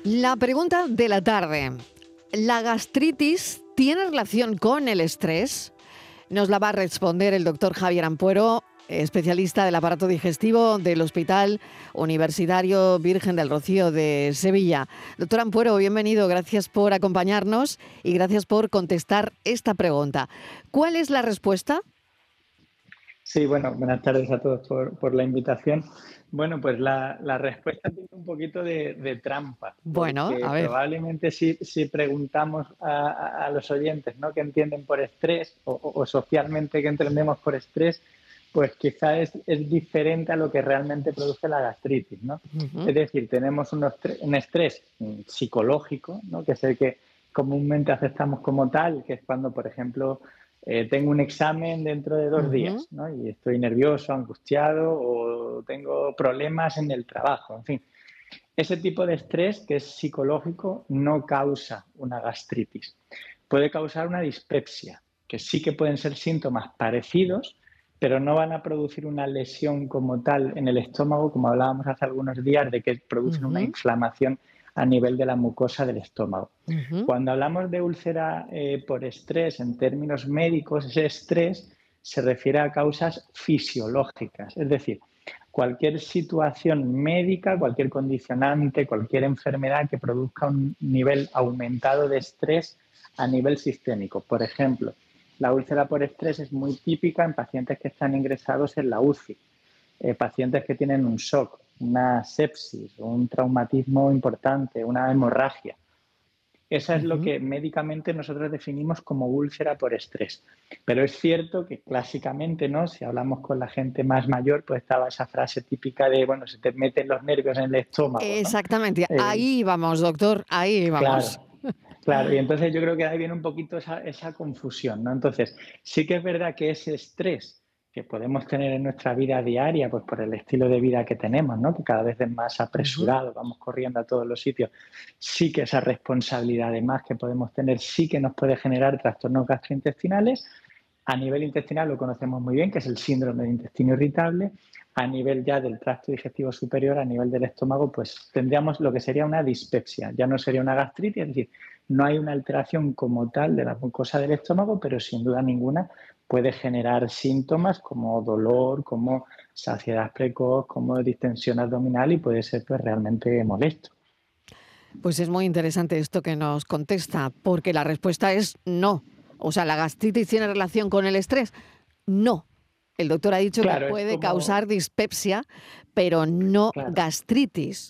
La pregunta de la tarde. ¿La gastritis tiene relación con el estrés? Nos la va a responder el doctor Javier Ampuero, especialista del aparato digestivo del Hospital Universitario Virgen del Rocío de Sevilla. Doctor Ampuero, bienvenido, gracias por acompañarnos y gracias por contestar esta pregunta. ¿Cuál es la respuesta? Sí, bueno, buenas tardes a todos por la invitación. Bueno, pues la respuesta tiene un poquito de trampa, Bueno, porque a ver. probablemente si preguntamos a los oyentes, ¿no?, qué entienden por estrés o socialmente qué entendemos por estrés, pues quizá es diferente a lo que realmente produce la gastritis, ¿no? Uh-huh. Es decir, tenemos un estrés psicológico, ¿no?, que es el que comúnmente aceptamos como tal, que es cuando, por ejemplo, tengo un examen dentro de 2 días, ¿no?, y estoy nervioso, angustiado o tengo problemas en el trabajo, en fin. Ese tipo de estrés que es psicológico no causa una gastritis. Puede causar una dispepsia, que sí que pueden ser síntomas parecidos, pero no van a producir una lesión como tal en el estómago, como hablábamos hace algunos días, de que producen una Uh-huh. inflamación a nivel de la mucosa del estómago. Uh-huh. Cuando hablamos de úlcera por estrés en términos médicos, ese estrés se refiere a causas fisiológicas, es decir, cualquier situación médica, cualquier condicionante, cualquier enfermedad que produzca un nivel aumentado de estrés a nivel sistémico. Por ejemplo, la úlcera por estrés es muy típica en pacientes que están ingresados en la UCI, pacientes que tienen un shock, una sepsis, un traumatismo importante, una hemorragia. Esa es lo Uh-huh. que médicamente nosotros definimos como úlcera por estrés. Pero es cierto que clásicamente, ¿no?, si hablamos con la gente más mayor, pues estaba esa frase típica de, bueno, se te meten los nervios en el estómago, ¿no? Exactamente, Eh, ahí vamos, doctor, ahí vamos. claro, claro. Y entonces yo creo que ahí viene un poquito esa confusión, ¿no? Entonces, sí que es verdad que ese estrés que podemos tener en nuestra vida diaria, pues por el estilo de vida que tenemos, ¿no?, que cada vez es más Uh-huh. apresurado, vamos corriendo a todos los sitios, sí que esa responsabilidad además que podemos tener sí que nos puede generar trastornos gastrointestinales. A nivel intestinal lo conocemos muy bien, que es el síndrome de intestino irritable. A nivel ya del tracto digestivo superior, a nivel del estómago, pues tendríamos lo que sería una dispepsia. Ya no sería una gastritis, es decir, no hay una alteración como tal de la mucosa del estómago, pero sin duda ninguna puede generar síntomas como dolor, como saciedad precoz, como distensión abdominal y puede ser pues realmente molesto. Pues es muy interesante esto que nos contesta, porque la respuesta es no. O sea, ¿la gastritis tiene relación con el estrés? No. El doctor ha dicho que Claro, es puede causar como, dispepsia, pero no claro, gastritis.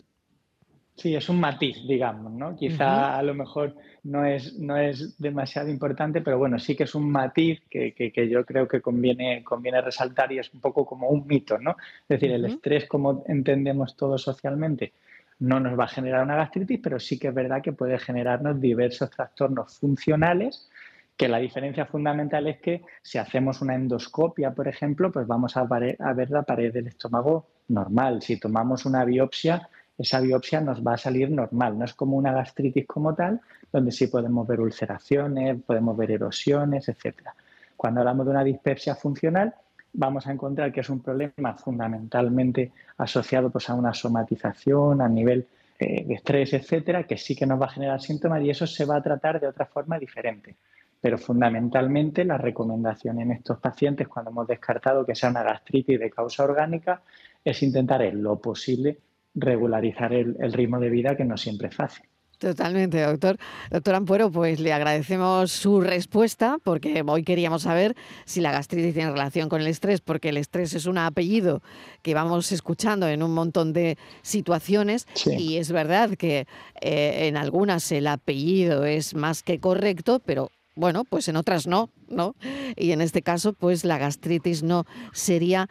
sí, es un matiz, digamos, ¿no? Ujú. Quizá a lo mejor no es demasiado importante, pero bueno, sí que es un matiz que yo creo que conviene resaltar y es un poco como un mito, ¿no? Es decir, el Ujú. estrés, como entendemos todos socialmente, no nos va a generar una gastritis, pero sí que es verdad que puede generarnos diversos trastornos funcionales, que la diferencia fundamental es que si hacemos una endoscopia, por ejemplo, pues vamos a ver la pared del estómago normal. Si tomamos una biopsia, esa biopsia nos va a salir normal. No es como una gastritis como tal, donde sí podemos ver ulceraciones, podemos ver erosiones, etcétera. Cuando hablamos de una dispepsia funcional, vamos a encontrar que es un problema fundamentalmente asociado pues, a una somatización, a nivel de estrés, etcétera, que sí que nos va a generar síntomas y eso se va a tratar de otra forma diferente. Pero fundamentalmente la recomendación en estos pacientes, cuando hemos descartado que sea una gastritis de causa orgánica, es intentar en lo posible regularizar el ritmo de vida, que no siempre es fácil. Totalmente, doctor. Doctor Ampuero, pues le agradecemos su respuesta, porque hoy queríamos saber si la gastritis tiene relación con el estrés, porque el estrés es un apellido que vamos escuchando en un montón de situaciones Sí, y es verdad que en algunas el apellido es más que correcto, pero bueno, pues en otras no, ¿no? Y en este caso, pues la gastritis no sería,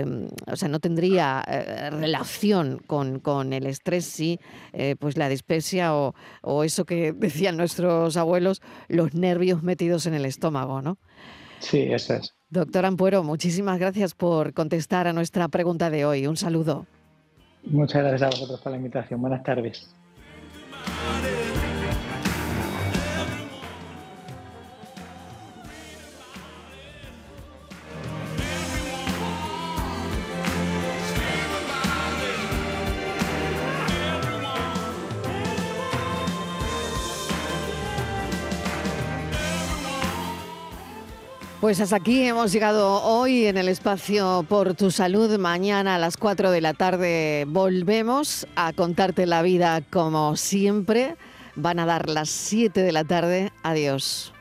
o sea, no tendría relación con el estrés, sí, pues la dispepsia o eso que decían nuestros abuelos, los nervios metidos en el estómago, ¿no? sí, eso es. Doctor Ampuero, muchísimas gracias por contestar a nuestra pregunta de hoy. Un saludo. Muchas gracias a vosotros por la invitación. Buenas tardes. Pues hasta aquí hemos llegado hoy en el espacio Por tu Salud. Mañana a las 4 de la tarde volvemos a contarte la vida como siempre. Van a dar las 7 de la tarde. Adiós.